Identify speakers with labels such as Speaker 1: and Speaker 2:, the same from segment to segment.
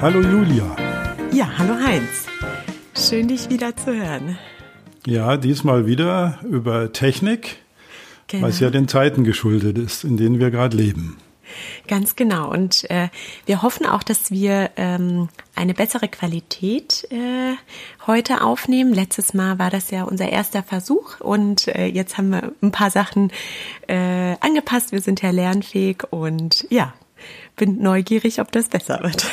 Speaker 1: Hallo Julia.
Speaker 2: Ja, hallo Heinz. Schön, dich wieder zu hören.
Speaker 1: Ja, diesmal wieder über Technik,
Speaker 2: Genau.
Speaker 1: was ja den Zeiten geschuldet ist, in denen wir gerade leben.
Speaker 2: Ganz genau. Und wir hoffen auch, dass wir eine bessere Qualität heute aufnehmen. Letztes Mal war das ja unser erster Versuch und jetzt haben wir ein paar Sachen angepasst. Wir sind ja lernfähig und ja, bin neugierig, ob das besser wird.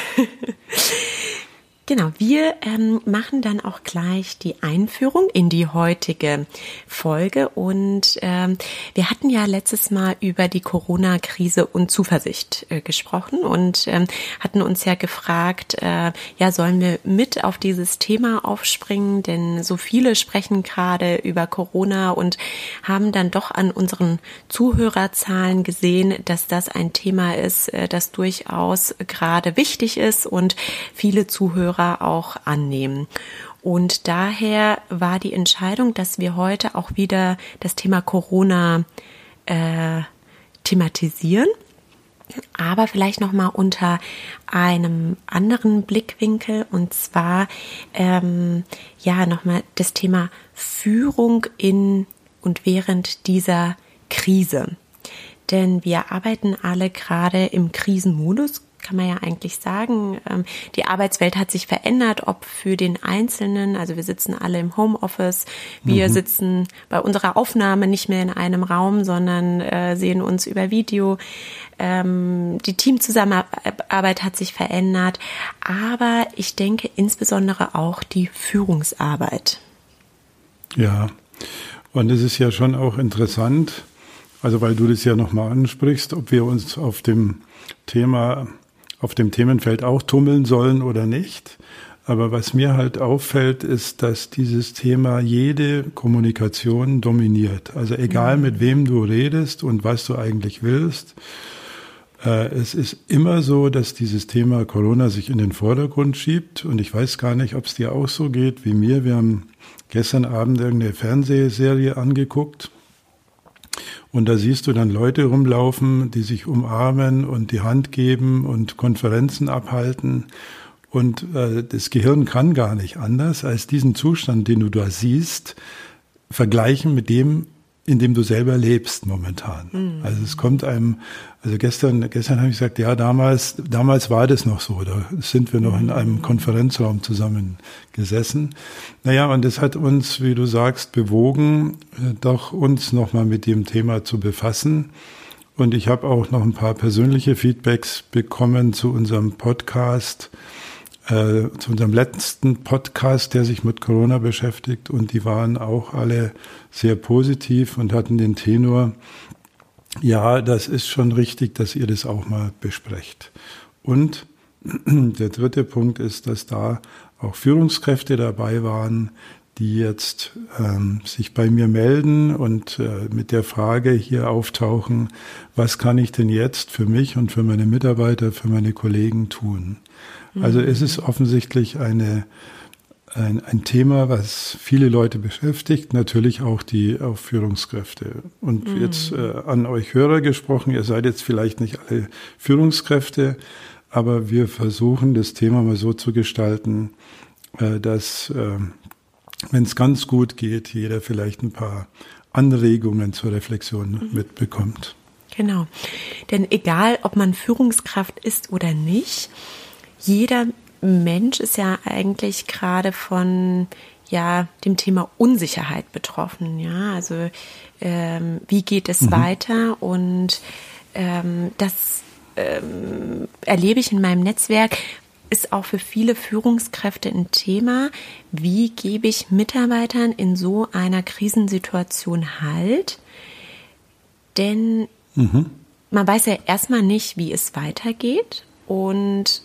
Speaker 2: Genau, wir machen dann auch gleich die Einführung in die heutige Folge und wir hatten ja letztes Mal über die Corona-Krise und Zuversicht gesprochen und hatten uns ja gefragt, ja, sollen wir mit auf dieses Thema aufspringen, denn so viele sprechen gerade über Corona und haben dann doch an unseren Zuhörerzahlen gesehen, dass das ein Thema ist, das durchaus gerade wichtig ist und viele Zuhörer auch annehmen. Und daher war die Entscheidung, dass wir heute auch wieder das Thema Corona thematisieren, aber vielleicht nochmal unter einem anderen Blickwinkel und zwar nochmal das Thema Führung in und während dieser Krise. Denn wir arbeiten alle gerade im Krisenmodus, kann man ja eigentlich sagen. Die Arbeitswelt hat sich verändert, ob für den Einzelnen, also wir sitzen alle im Homeoffice, wir sitzen bei unserer Aufnahme nicht mehr in einem Raum, sondern sehen uns über Video. Die Teamzusammenarbeit hat sich verändert, aber ich denke insbesondere auch die Führungsarbeit.
Speaker 1: Ja, und es ist ja schon auch interessant, also weil du das ja nochmal ansprichst, ob wir uns auf dem Themenfeld auch tummeln sollen oder nicht. Aber was mir halt auffällt, ist, dass dieses Thema jede Kommunikation dominiert. Also egal mit wem du redest und was du eigentlich willst, es ist immer so, dass dieses Thema Corona sich in den Vordergrund schiebt. Und ich weiß gar nicht, ob es dir auch so geht wie mir. Wir haben gestern Abend irgendeine Fernsehserie angeguckt. Und da siehst du dann Leute rumlaufen, die sich umarmen und die Hand geben und Konferenzen abhalten. Und das Gehirn kann gar nicht anders, als diesen Zustand, den du da siehst, vergleichen mit dem, in dem du selber lebst momentan. Also es kommt einem, also gestern habe ich gesagt, ja, damals war das noch so, da sind wir noch in einem Konferenzraum zusammen gesessen. Naja, und das hat uns, wie du sagst, bewogen, doch uns nochmal mit dem Thema zu befassen. Und ich habe auch noch ein paar persönliche Feedbacks bekommen zu unserem Podcast, zu unserem letzten Podcast, der sich mit Corona beschäftigt, und die waren auch alle sehr positiv und hatten den Tenor, ja, das ist schon richtig, dass ihr das auch mal besprecht. Und der dritte Punkt ist, dass da auch Führungskräfte dabei waren, die jetzt sich bei mir melden und mit der Frage hier auftauchen, was kann ich denn jetzt für mich und für meine Mitarbeiter, für meine Kollegen tun? Also es ist offensichtlich ein Thema, was viele Leute beschäftigt, natürlich auch die Führungskräfte. Und jetzt an euch Hörer gesprochen, ihr seid jetzt vielleicht nicht alle Führungskräfte, aber wir versuchen das Thema mal so zu gestalten, dass, wenn es ganz gut geht, jeder vielleicht ein paar Anregungen zur Reflexion mitbekommt.
Speaker 2: Genau, denn egal, ob man Führungskraft ist oder nicht, jeder Mensch ist ja eigentlich gerade von dem Thema Unsicherheit betroffen. Ja, also wie geht es weiter? Und das erlebe ich in meinem Netzwerk, ist auch für viele Führungskräfte ein Thema. Wie gebe ich Mitarbeitern in so einer Krisensituation Halt? Denn man weiß ja erstmal nicht, wie es weitergeht. Und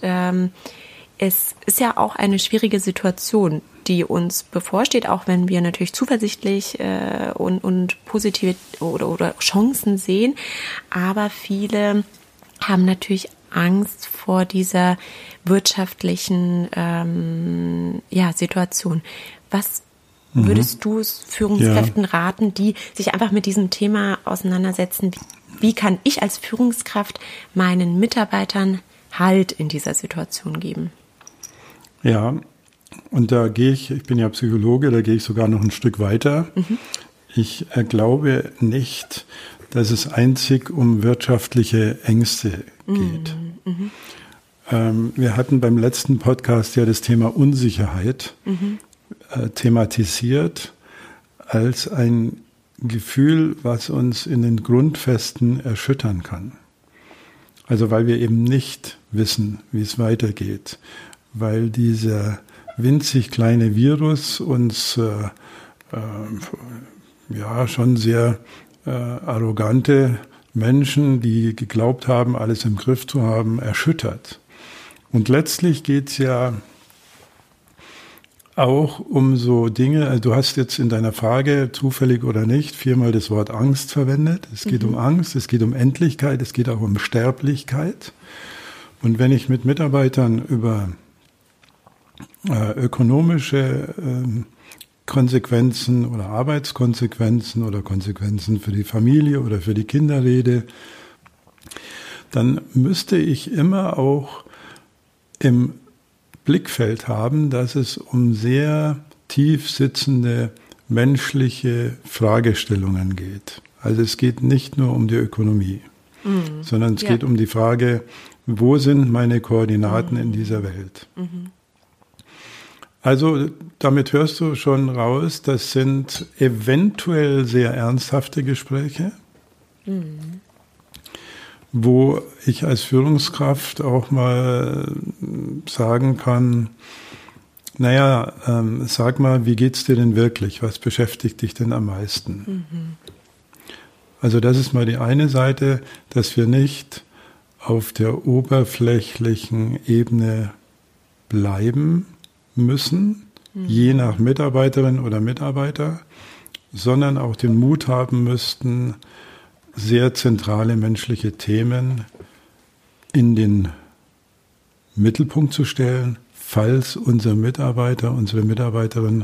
Speaker 2: es ist ja auch eine schwierige Situation, die uns bevorsteht, auch wenn wir natürlich zuversichtlich und positive oder Chancen sehen. Aber viele haben natürlich Angst vor dieser wirtschaftlichen Situation. Was würdest du Führungskräften raten, die sich einfach mit diesem Thema auseinandersetzen? Wie kann ich als Führungskraft meinen Mitarbeitern Halt in dieser Situation geben?
Speaker 1: Ja, und da gehe ich bin ja Psychologe, da gehe ich sogar noch ein Stück weiter. Ich glaube nicht, dass es einzig um wirtschaftliche Ängste geht. Wir hatten beim letzten Podcast ja das Thema Unsicherheit thematisiert als ein Gefühl, was uns in den Grundfesten erschüttern kann. Also weil wir eben nicht wissen, wie es weitergeht, weil dieser winzig kleine Virus uns schon sehr arrogante Menschen, die geglaubt haben, alles im Griff zu haben, erschüttert. Und letztlich geht es ja auch um so Dinge, also du hast jetzt in deiner Frage, zufällig oder nicht, 4-mal das Wort Angst verwendet. Es geht um Angst, es geht um Endlichkeit, es geht auch um Sterblichkeit. Und wenn ich mit Mitarbeitern über ökonomische Konsequenzen oder Arbeitskonsequenzen oder Konsequenzen für die Familie oder für die Kinder rede, dann müsste ich immer auch im Blickfeld haben, dass es um sehr tief sitzende menschliche Fragestellungen geht. Also es geht nicht nur um die Ökonomie, sondern es geht um die Frage, wo sind meine Koordinaten in dieser Welt? Also damit hörst du schon raus, das sind eventuell sehr ernsthafte Gespräche, wo ich als Führungskraft auch mal sagen kann, naja, sag mal, wie geht's dir denn wirklich? Was beschäftigt dich denn am meisten? Also das ist mal die eine Seite, dass wir nicht auf der oberflächlichen Ebene bleiben müssen, je nach Mitarbeiterin oder Mitarbeiter, sondern auch den Mut haben müssten, sehr zentrale menschliche Themen in den Mittelpunkt zu stellen, falls unser Mitarbeiter, unsere Mitarbeiterin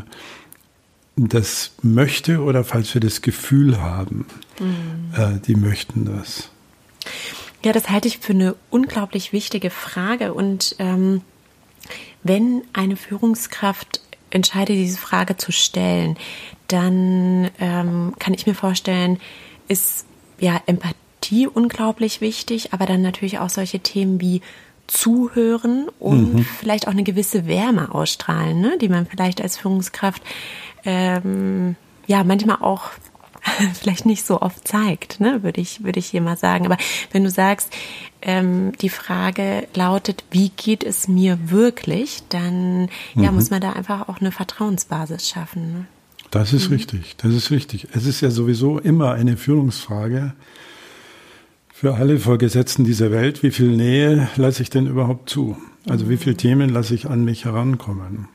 Speaker 1: das möchte oder falls wir das Gefühl haben, die möchten das.
Speaker 2: Ja, das halte ich für eine unglaublich wichtige Frage. Und wenn eine Führungskraft entscheidet, diese Frage zu stellen, dann kann ich mir vorstellen, ist ja Empathie unglaublich wichtig, aber dann natürlich auch solche Themen wie Zuhören und vielleicht auch eine gewisse Wärme ausstrahlen, ne, die man vielleicht als Führungskraft manchmal auch vielleicht nicht so oft zeigt, ne, würde ich hier mal sagen. Aber wenn du sagst, die Frage lautet, wie geht es mir wirklich, dann muss man da einfach auch eine Vertrauensbasis schaffen. Ne?
Speaker 1: Das ist richtig, das ist richtig. Es ist ja sowieso immer eine Führungsfrage für alle Vorgesetzten dieser Welt, wie viel Nähe lasse ich denn überhaupt zu? Also wie viele Themen lasse ich an mich herankommen?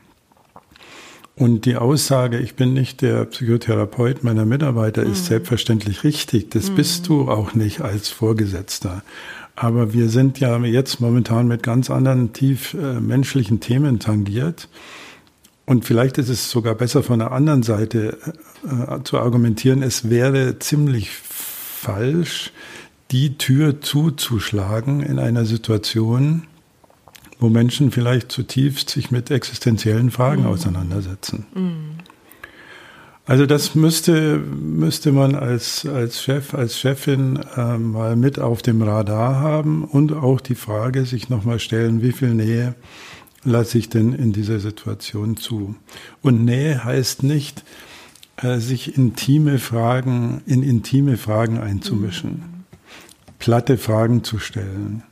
Speaker 1: Und die Aussage, ich bin nicht der Psychotherapeut meiner Mitarbeiter, ist selbstverständlich richtig. Das bist du auch nicht als Vorgesetzter. Aber wir sind ja jetzt momentan mit ganz anderen tief menschlichen Themen tangiert. Und vielleicht ist es sogar besser von der anderen Seite zu argumentieren, es wäre ziemlich falsch, die Tür zuzuschlagen in einer Situation, wo Menschen vielleicht zutiefst sich mit existenziellen Fragen auseinandersetzen. Also das müsste man als Chef, als Chefin mal mit auf dem Radar haben und auch die Frage sich nochmal stellen, wie viel Nähe lasse ich denn in dieser Situation zu? Und Nähe heißt nicht, sich in intime Fragen einzumischen, platte Fragen zu stellen,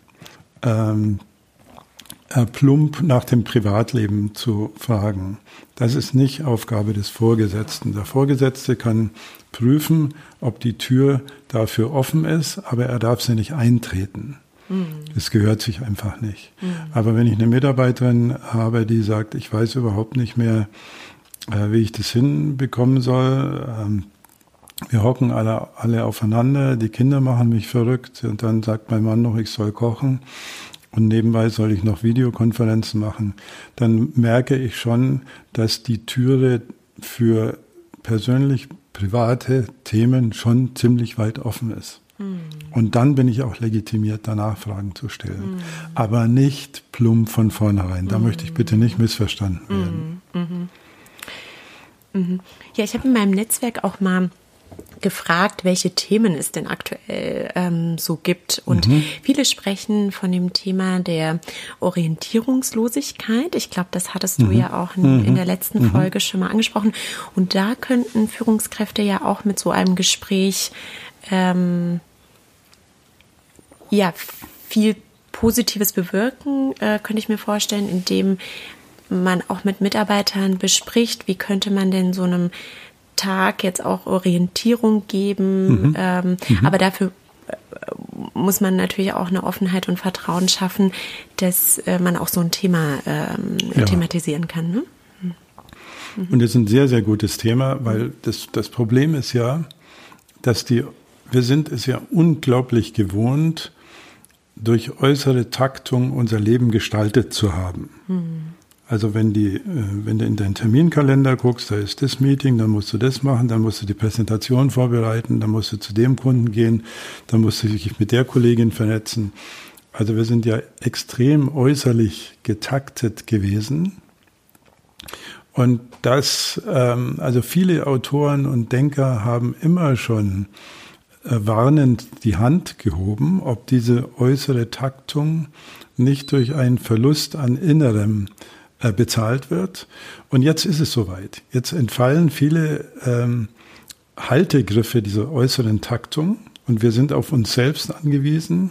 Speaker 1: plump nach dem Privatleben zu fragen. Das ist nicht Aufgabe des Vorgesetzten. Der Vorgesetzte kann prüfen, ob die Tür dafür offen ist, aber er darf sie nicht eintreten. Das gehört sich einfach nicht. Aber wenn ich eine Mitarbeiterin habe, die sagt, ich weiß überhaupt nicht mehr, wie ich das hinbekommen soll, wir hocken alle aufeinander, die Kinder machen mich verrückt und dann sagt mein Mann noch, ich soll kochen und nebenbei soll ich noch Videokonferenzen machen, dann merke ich schon, dass die Türe für persönlich private Themen schon ziemlich weit offen ist. Und dann bin ich auch legitimiert, danach Fragen zu stellen. Aber nicht plump von vornherein. Da möchte ich bitte nicht missverstanden werden.
Speaker 2: Ja, ich habe in meinem Netzwerk auch mal gefragt, welche Themen es denn aktuell so gibt. Und viele sprechen von dem Thema der Orientierungslosigkeit. Ich glaube, das hattest du ja auch in der letzten Folge schon mal angesprochen. Und da könnten Führungskräfte ja auch mit so einem Gespräch viel Positives bewirken, könnte ich mir vorstellen, indem man auch mit Mitarbeitern bespricht, wie könnte man denn so einem Tag jetzt auch Orientierung geben. Aber dafür muss man natürlich auch eine Offenheit und Vertrauen schaffen, dass man auch so ein Thema thematisieren kann. Ne?
Speaker 1: Und das ist ein sehr, sehr gutes Thema, weil das Problem ist ja, dass wir sind es ja unglaublich gewohnt, durch äußere Taktung unser Leben gestaltet zu haben. Also wenn du in deinen Terminkalender guckst, da ist das Meeting, dann musst du das machen, dann musst du die Präsentation vorbereiten, dann musst du zu dem Kunden gehen, dann musst du dich mit der Kollegin vernetzen. Also wir sind ja extrem äußerlich getaktet gewesen. Und also viele Autoren und Denker haben immer schon warnend die Hand gehoben, ob diese äußere Taktung nicht durch einen Verlust an Innerem bezahlt wird. Und jetzt ist es soweit. Jetzt entfallen viele Haltegriffe dieser äußeren Taktung und wir sind auf uns selbst angewiesen.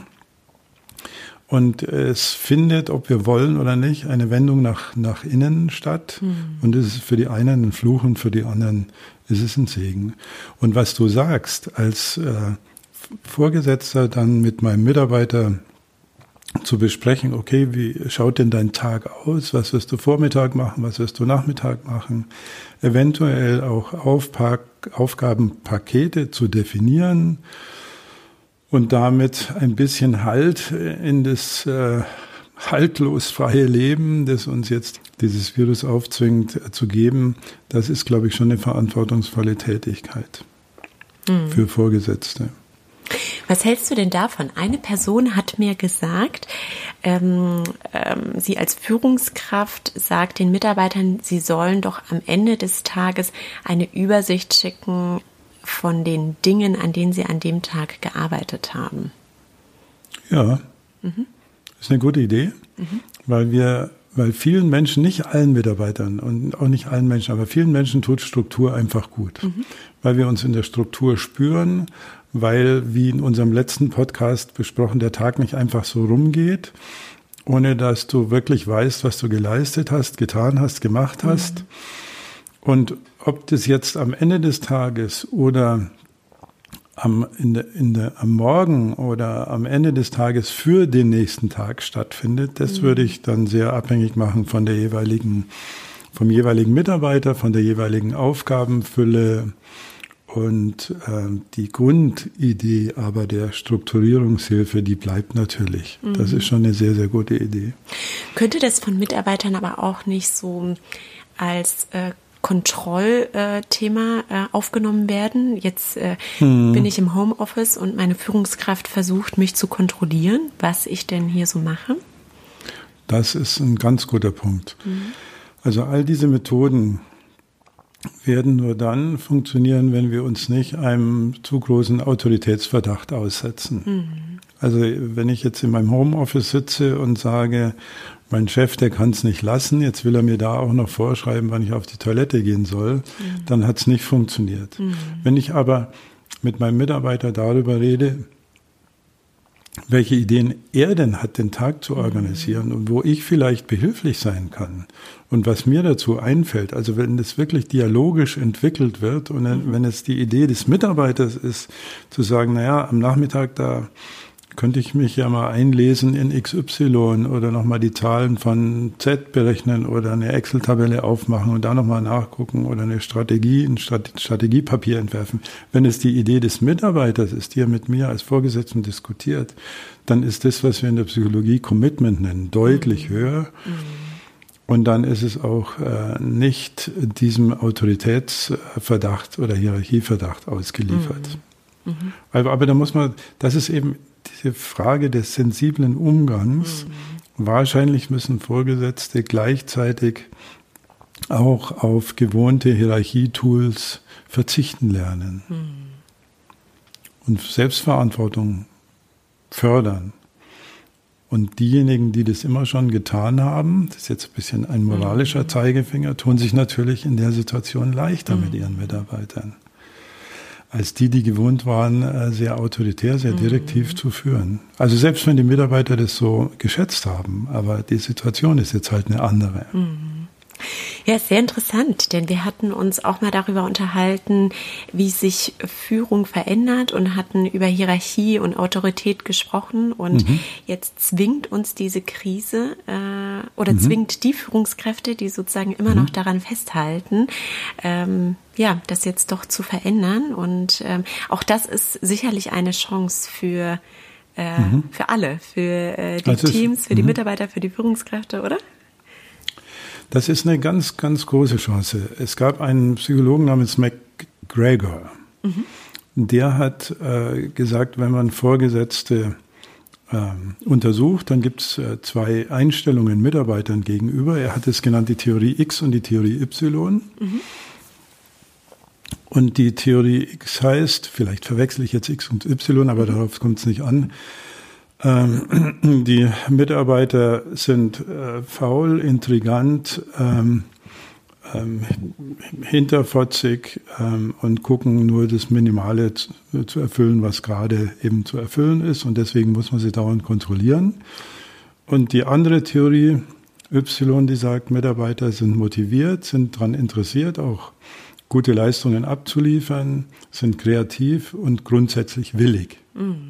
Speaker 1: Und es findet, ob wir wollen oder nicht, eine Wendung nach innen statt. Und es ist für die einen ein Fluch und für die anderen ist es ein Segen. Und was du sagst, als Vorgesetzter dann mit meinem Mitarbeiter zu besprechen, okay, wie schaut denn dein Tag aus? Was wirst du Vormittag machen? Was wirst du Nachmittag machen? Eventuell auch Aufgabenpakete zu definieren und damit ein bisschen Halt in das haltlos freie Leben, das uns jetzt dieses Virus aufzwingt, zu geben. Das ist, glaube ich, schon eine verantwortungsvolle Tätigkeit für Vorgesetzte.
Speaker 2: Was hältst du denn davon? Eine Person hat mir gesagt, sie als Führungskraft sagt den Mitarbeitern, sie sollen doch am Ende des Tages eine Übersicht schicken von den Dingen, an denen sie an dem Tag gearbeitet haben.
Speaker 1: Ja, ist eine gute Idee, weil vielen Menschen, nicht allen Mitarbeitern und auch nicht allen Menschen, aber vielen Menschen tut Struktur einfach gut. Weil wir uns in der Struktur spüren, weil, wie in unserem letzten Podcast besprochen, der Tag nicht einfach so rumgeht, ohne dass du wirklich weißt, was du geleistet hast, getan hast, gemacht hast. Und ob das jetzt am Ende des Tages oder am Morgen oder am Ende des Tages für den nächsten Tag stattfindet, das würde ich dann sehr abhängig machen vom jeweiligen Mitarbeiter, von der jeweiligen Aufgabenfülle. Und die Grundidee aber der Strukturierungshilfe, die bleibt natürlich. Das ist schon eine sehr, sehr gute Idee.
Speaker 2: Könnte das von Mitarbeitern aber auch nicht so als Kontrollthema aufgenommen werden? Jetzt bin ich im Homeoffice und meine Führungskraft versucht, mich zu kontrollieren, was ich denn hier so mache.
Speaker 1: Das ist ein ganz guter Punkt. Also all diese Methoden werden nur dann funktionieren, wenn wir uns nicht einem zu großen Autoritätsverdacht aussetzen. Also wenn ich jetzt in meinem Homeoffice sitze und sage, mein Chef, der kann es nicht lassen, jetzt will er mir da auch noch vorschreiben, wann ich auf die Toilette gehen soll, dann hat es nicht funktioniert. Wenn ich aber mit meinem Mitarbeiter darüber rede, welche Ideen er denn hat, den Tag zu organisieren und wo ich vielleicht behilflich sein kann und was mir dazu einfällt. Also wenn das wirklich dialogisch entwickelt wird und wenn es die Idee des Mitarbeiters ist, zu sagen, naja, am Nachmittag da könnte ich mich ja mal einlesen in XY oder nochmal die Zahlen von Z berechnen oder eine Excel-Tabelle aufmachen und da nochmal nachgucken oder ein Strategiepapier entwerfen. Wenn es die Idee des Mitarbeiters ist, die er mit mir als Vorgesetzten diskutiert, dann ist das, was wir in der Psychologie Commitment nennen, deutlich höher. Und dann ist es auch nicht diesem Autoritätsverdacht oder Hierarchieverdacht ausgeliefert. Aber da muss man, das ist eben diese Frage des sensiblen Umgangs. Wahrscheinlich müssen Vorgesetzte gleichzeitig auch auf gewohnte Hierarchietools verzichten lernen und Selbstverantwortung fördern. Und diejenigen, die das immer schon getan haben, das ist jetzt ein bisschen ein moralischer Zeigefinger, tun sich natürlich in der Situation leichter mit ihren Mitarbeitern, als die gewohnt waren, sehr autoritär, sehr direktiv zu führen. Also selbst wenn die Mitarbeiter das so geschätzt haben, aber die Situation ist jetzt halt eine andere.
Speaker 2: Ja, sehr interessant, denn wir hatten uns auch mal darüber unterhalten, wie sich Führung verändert und hatten über Hierarchie und Autorität gesprochen und jetzt zwingt uns diese Krise oder zwingt die Führungskräfte, die sozusagen immer noch daran festhalten, das jetzt doch zu verändern und auch das ist sicherlich eine Chance für alle, für die Teams, für die Mitarbeiter, für die Führungskräfte, oder?
Speaker 1: Das ist eine ganz, ganz große Chance. Es gab einen Psychologen namens McGregor. Der hat gesagt, wenn man Vorgesetzte untersucht, dann gibt es zwei Einstellungen Mitarbeitern gegenüber. Er hat es genannt die Theorie X und die Theorie Y. Und die Theorie X heißt, vielleicht verwechsel ich jetzt X und Y, aber darauf kommt es nicht an, die Mitarbeiter sind faul, intrigant, hinterfotzig und gucken nur das Minimale zu erfüllen, was gerade eben zu erfüllen ist. Und deswegen muss man sie dauernd kontrollieren. Und die andere Theorie Y, die sagt, Mitarbeiter sind motiviert, sind daran interessiert, auch gute Leistungen abzuliefern, sind kreativ und grundsätzlich willig.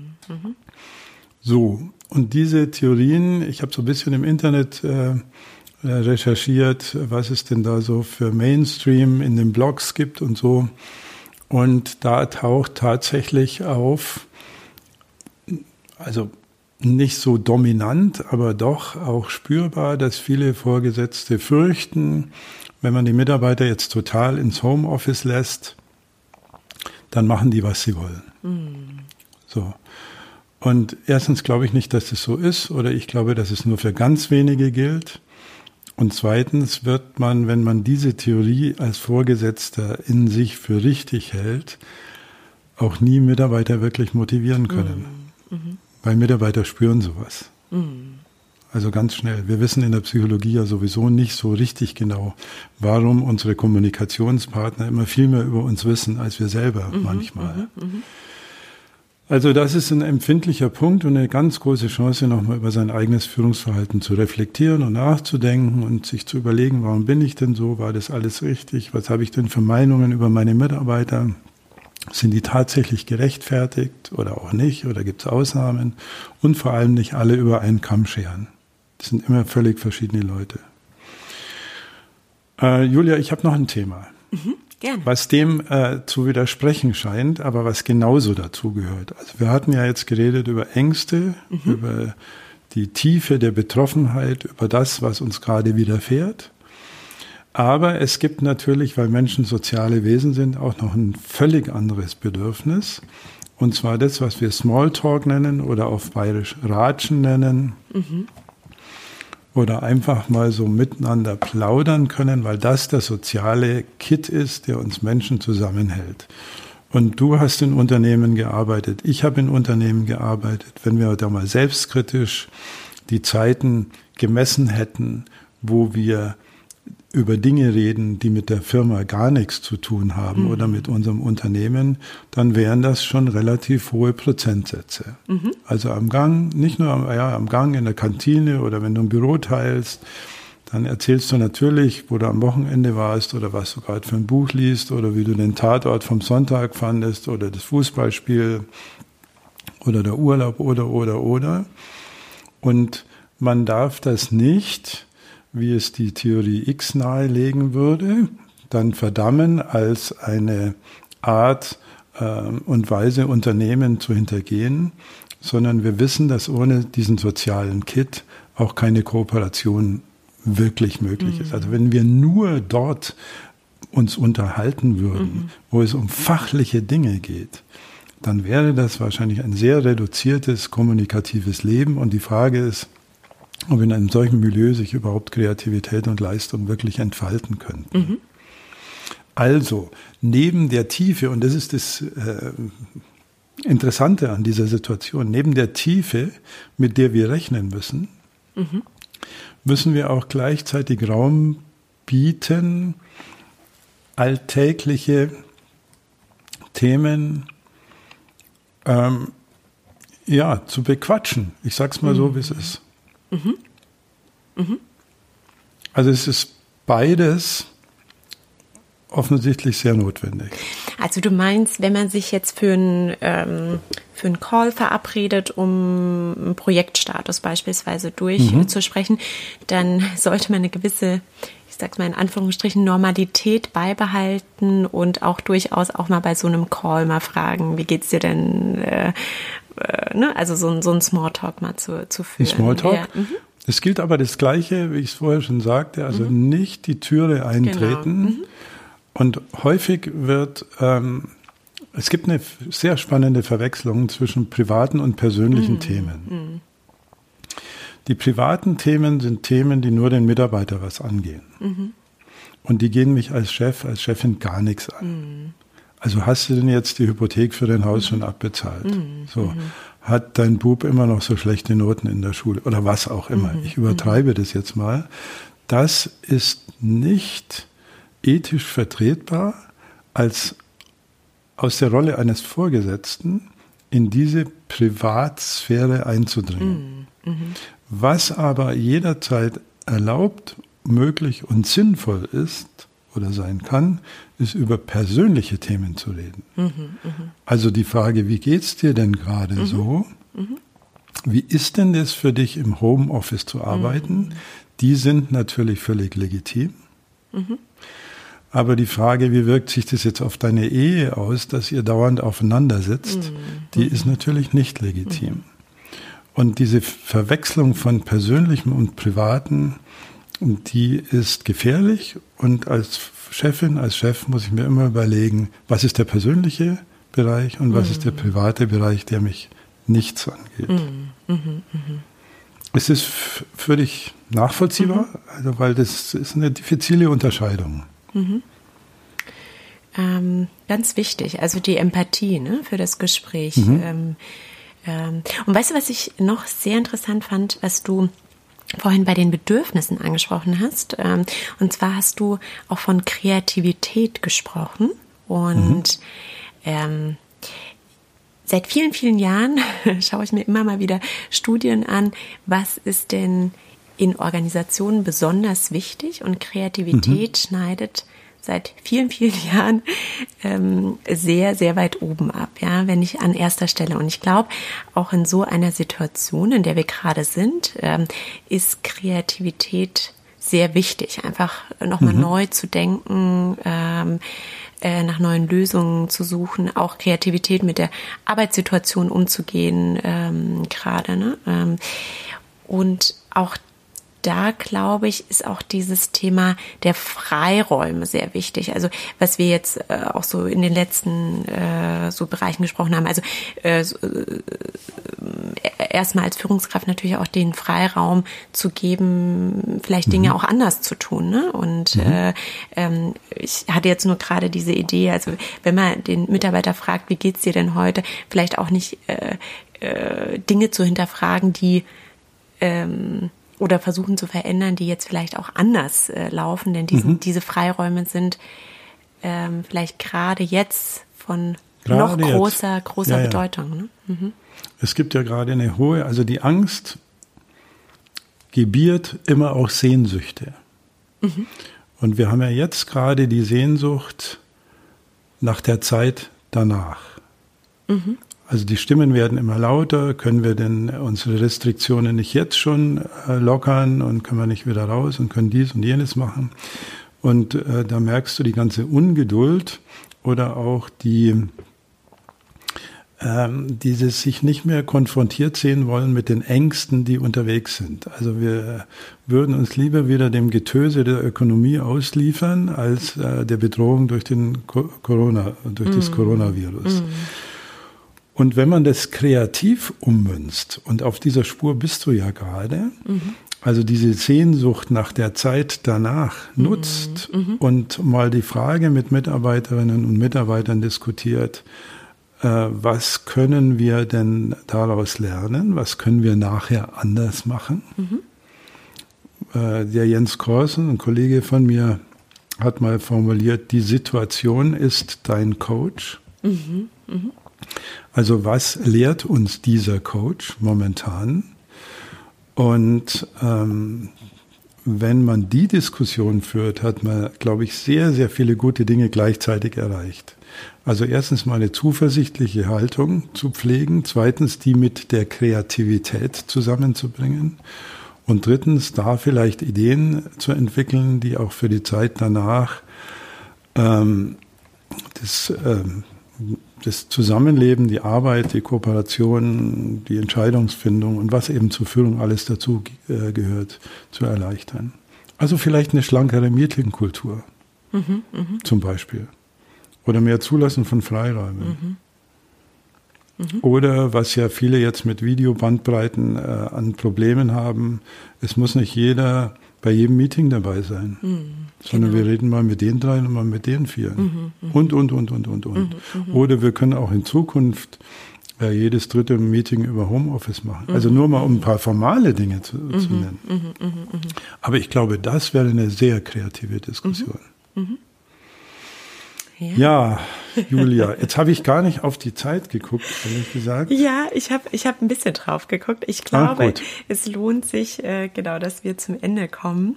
Speaker 1: So, und diese Theorien, ich habe so ein bisschen im Internet recherchiert, was es denn da so für Mainstream in den Blogs gibt und so. Und da taucht tatsächlich auf, also nicht so dominant, aber doch auch spürbar, dass viele Vorgesetzte fürchten, wenn man die Mitarbeiter jetzt total ins Homeoffice lässt, dann machen die, was sie wollen. So. Und erstens glaube ich nicht, dass es so ist, oder ich glaube, dass es nur für ganz wenige gilt. Und zweitens wird man, wenn man diese Theorie als Vorgesetzter in sich für richtig hält, auch nie Mitarbeiter wirklich motivieren können. Weil Mitarbeiter spüren sowas. Also ganz schnell. Wir wissen in der Psychologie ja sowieso nicht so richtig genau, warum unsere Kommunikationspartner immer viel mehr über uns wissen, als wir selber manchmal. Also das ist ein empfindlicher Punkt und eine ganz große Chance, nochmal über sein eigenes Führungsverhalten zu reflektieren und nachzudenken und sich zu überlegen, warum bin ich denn so, war das alles richtig, was habe ich denn für Meinungen über meine Mitarbeiter, sind die tatsächlich gerechtfertigt oder auch nicht, oder gibt es Ausnahmen und vor allem nicht alle über einen Kamm scheren. Das sind immer völlig verschiedene Leute. Julia, ich habe noch ein Thema.
Speaker 2: Gerne.
Speaker 1: Was dem zu widersprechen scheint, aber was genauso dazu gehört. Also wir hatten ja jetzt geredet über Ängste, über die Tiefe der Betroffenheit, über das, was uns gerade widerfährt. Aber es gibt natürlich, weil Menschen soziale Wesen sind, auch noch ein völlig anderes Bedürfnis. Und zwar das, was wir Smalltalk nennen oder auf Bayerisch Ratschen nennen. Oder einfach mal so miteinander plaudern können, weil das der soziale Kit ist, der uns Menschen zusammenhält. Und du hast in Unternehmen gearbeitet, ich habe in Unternehmen gearbeitet. Wenn wir da mal selbstkritisch die Zeiten gemessen hätten, wo wir über Dinge reden, die mit der Firma gar nichts zu tun haben oder mit unserem Unternehmen, dann wären das schon relativ hohe Prozentsätze. Also am Gang, nicht nur am Gang in der Kantine oder wenn du ein Büro teilst, dann erzählst du natürlich, wo du am Wochenende warst oder was du gerade für ein Buch liest oder wie du den Tatort vom Sonntag fandest oder das Fußballspiel oder der Urlaub oder. Und man darf das nicht, wie es die Theorie X nahelegen würde, dann verdammen als eine Art und Weise, Unternehmen zu hintergehen, sondern wir wissen, dass ohne diesen sozialen Kit auch keine Kooperation wirklich möglich ist. Also wenn wir nur dort uns unterhalten würden, wo es um fachliche Dinge geht, dann wäre das wahrscheinlich ein sehr reduziertes kommunikatives Leben. Und die Frage ist, ob in einem solchen Milieu sich überhaupt Kreativität und Leistung wirklich entfalten könnten. Mhm. Also, neben der Tiefe, und das ist das Interessante an dieser Situation, neben der Tiefe, mit der wir rechnen müssen, müssen wir auch gleichzeitig Raum bieten, alltägliche Themen zu bequatschen. Ich sag's mal so, wie es ist. Also es ist beides offensichtlich sehr notwendig.
Speaker 2: Also du meinst, wenn man sich jetzt für einen Call verabredet, um einen Projektstatus beispielsweise durchzusprechen, dann sollte man eine gewisse, ich sag's mal in Anführungsstrichen, Normalität beibehalten und auch durchaus auch mal bei so einem Call mal fragen, wie geht's dir denn, also so ein Smalltalk mal zu führen.
Speaker 1: Smalltalk? Ja. Es gilt aber das Gleiche, wie ich es vorher schon sagte, also nicht die Türe eintreten. Genau. Und häufig wird, es gibt eine sehr spannende Verwechslung zwischen privaten und persönlichen Themen. Die privaten Themen sind Themen, die nur den Mitarbeiter was angehen. Und die gehen mich als Chef, als Chefin gar nichts an. Also hast du denn jetzt die Hypothek für dein Haus schon abbezahlt? So. Hat dein Bub immer noch so schlechte Noten in der Schule? Oder was auch immer. Ich übertreibe das jetzt mal. Das ist nicht ethisch vertretbar, als aus der Rolle eines Vorgesetzten in diese Privatsphäre einzudringen. Was aber jederzeit erlaubt, möglich und sinnvoll ist oder sein kann, ist über persönliche Themen zu reden. Also die Frage, wie geht's dir denn gerade so? Wie ist denn das für dich im Homeoffice zu arbeiten? Die sind natürlich völlig legitim. Aber die Frage, wie wirkt sich das jetzt auf deine Ehe aus, dass ihr dauernd aufeinander sitzt, die ist natürlich nicht legitim. Und diese Verwechslung von Persönlichem und Privaten, die ist gefährlich. Und als Chefin, als Chef muss ich mir immer überlegen, was ist der persönliche Bereich und was ist der private Bereich, der mich nichts angeht. Ist es für dich nachvollziehbar? Also, weil das ist eine diffizile Unterscheidung.
Speaker 2: Ganz wichtig, also die Empathie, ne, für das Gespräch. Und weißt du, was ich noch sehr interessant fand, was du vorhin bei den Bedürfnissen angesprochen hast? Und zwar hast du auch von Kreativität gesprochen. Und seit vielen, vielen Jahren schaue ich mir immer mal wieder Studien an, was ist denn in Organisationen besonders wichtig, und Kreativität schneidet seit vielen, vielen Jahren sehr, sehr weit oben ab, ja, wenn nicht an erster Stelle. Und ich glaube, auch in so einer Situation, in der wir gerade sind, ist Kreativität sehr wichtig, einfach nochmal neu zu denken, nach neuen Lösungen zu suchen, auch Kreativität mit der Arbeitssituation umzugehen, gerade, ne? Und auch da, glaube ich, ist auch dieses Thema der Freiräume sehr wichtig. Also was wir jetzt auch so in den letzten so Bereichen gesprochen haben. Also erstmal als Führungskraft natürlich auch den Freiraum zu geben, vielleicht Dinge auch anders zu tun. Ne? Und ich hatte jetzt nur gerade diese Idee, also wenn man den Mitarbeiter fragt, wie geht's dir denn heute, vielleicht auch nicht Dinge zu hinterfragen, die oder versuchen zu verändern, die jetzt vielleicht auch anders laufen, denn diese Freiräume sind vielleicht gerade jetzt von noch großer Bedeutung. Ne?
Speaker 1: Es gibt ja gerade eine hohe, also die Angst gebiert immer auch Sehnsüchte. Und wir haben ja jetzt gerade die Sehnsucht nach der Zeit danach. Also die Stimmen werden immer lauter. Können wir denn unsere Restriktionen nicht jetzt schon lockern und können wir nicht wieder raus und können dies und jenes machen? Und da merkst du die ganze Ungeduld oder auch dieses sich nicht mehr konfrontiert sehen wollen mit den Ängsten, die unterwegs sind. Also wir würden uns lieber wieder dem Getöse der Ökonomie ausliefern, als der Bedrohung durch das Coronavirus. Und wenn man das kreativ ummünzt, und auf dieser Spur bist du ja gerade, also diese Sehnsucht nach der Zeit danach nutzt und mal die Frage mit Mitarbeiterinnen und Mitarbeitern diskutiert, was können wir denn daraus lernen, was können wir nachher anders machen. Der Jens Korsen, ein Kollege von mir, hat mal formuliert, die Situation ist dein Coach. Also was lehrt uns dieser Coach momentan? Und wenn man die Diskussion führt, hat man, glaube ich, sehr, sehr viele gute Dinge gleichzeitig erreicht. Also erstens mal eine zuversichtliche Haltung zu pflegen, zweitens die mit der Kreativität zusammenzubringen und drittens da vielleicht Ideen zu entwickeln, die auch für die Zeit danach das Zusammenleben, die Arbeit, die Kooperation, die Entscheidungsfindung und was eben zur Führung alles dazu gehört, zu erleichtern. Also vielleicht eine schlankere Meetingkultur zum Beispiel. Oder mehr Zulassen von Freiräumen. Oder was ja viele jetzt mit Videobandbreiten an Problemen haben, es muss nicht jeder bei jedem Meeting dabei sein, sondern wir reden mal mit den 3 und mal mit den 4. Und. Oder wir können auch in Zukunft jedes 3. Meeting über Homeoffice machen. Also nur mal, um ein paar formale Dinge zu nennen. Aber ich glaube, das wäre eine sehr kreative Diskussion. Ja, Julia, jetzt habe ich gar nicht auf die Zeit geguckt, ehrlich gesagt.
Speaker 2: Ja, ich hab ein bisschen drauf geguckt. Ich glaube, es lohnt sich, dass wir zum Ende kommen.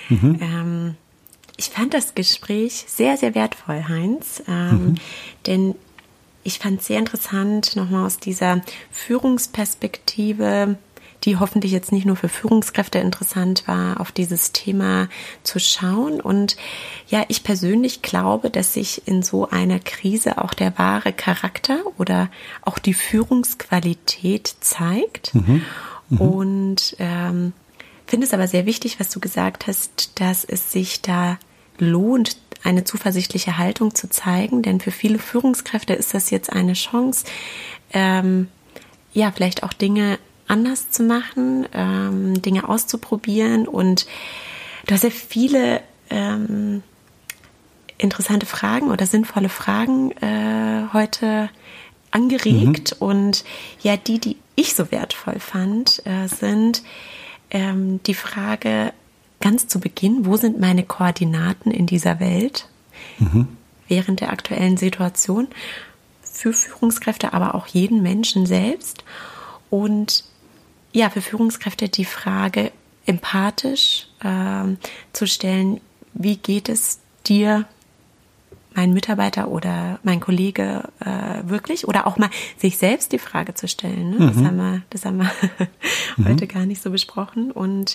Speaker 2: Ich fand das Gespräch sehr, sehr wertvoll, Heinz, denn ich fand es sehr interessant, nochmal aus dieser Führungsperspektive, die hoffentlich jetzt nicht nur für Führungskräfte interessant war, auf dieses Thema zu schauen. Und ja, ich persönlich glaube, dass sich in so einer Krise auch der wahre Charakter oder auch die Führungsqualität zeigt. Und finde es aber sehr wichtig, was du gesagt hast, dass es sich da lohnt, eine zuversichtliche Haltung zu zeigen. Denn für viele Führungskräfte ist das jetzt eine Chance, vielleicht auch Dinge anders zu machen, Dinge auszuprobieren. Und du hast ja viele interessante Fragen oder sinnvolle Fragen heute angeregt. Und ja, die ich so wertvoll fand, sind die Frage ganz zu Beginn, wo sind meine Koordinaten in dieser Welt während der aktuellen Situation für Führungskräfte, aber auch jeden Menschen selbst. Und ja, für Führungskräfte die Frage empathisch zu stellen, wie geht es dir, mein Mitarbeiter oder mein Kollege wirklich? Oder auch mal sich selbst die Frage zu stellen. Ne? Das haben wir heute gar nicht so besprochen. Und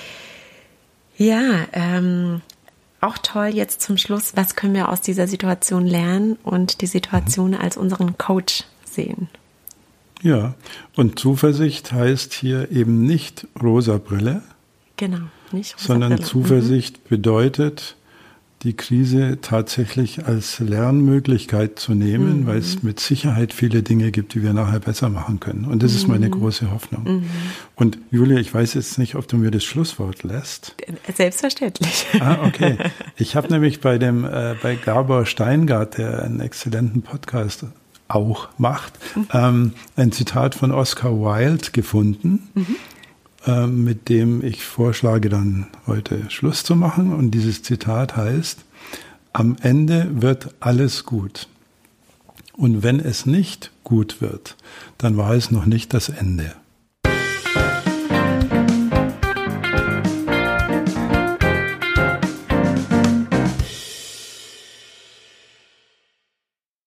Speaker 2: ja, auch toll jetzt zum Schluss, was können wir aus dieser Situation lernen und die Situation als unseren Coach sehen?
Speaker 1: Ja, und Zuversicht heißt hier eben nicht rosa Brille.
Speaker 2: Genau, nicht rosa
Speaker 1: sondern
Speaker 2: Brille.
Speaker 1: Zuversicht bedeutet, die Krise tatsächlich als Lernmöglichkeit zu nehmen, weil es mit Sicherheit viele Dinge gibt, die wir nachher besser machen können. Und das ist meine große Hoffnung. Und Julia, ich weiß jetzt nicht, ob du mir das Schlusswort lässt.
Speaker 2: Selbstverständlich.
Speaker 1: Okay. Ich habe nämlich bei Gabor Steingart, der einen exzellenten Podcast auch macht, ein Zitat von Oscar Wilde gefunden, mit dem ich vorschlage, dann heute Schluss zu machen. Und dieses Zitat heißt: Am Ende wird alles gut. Und wenn es nicht gut wird, dann war es noch nicht das Ende.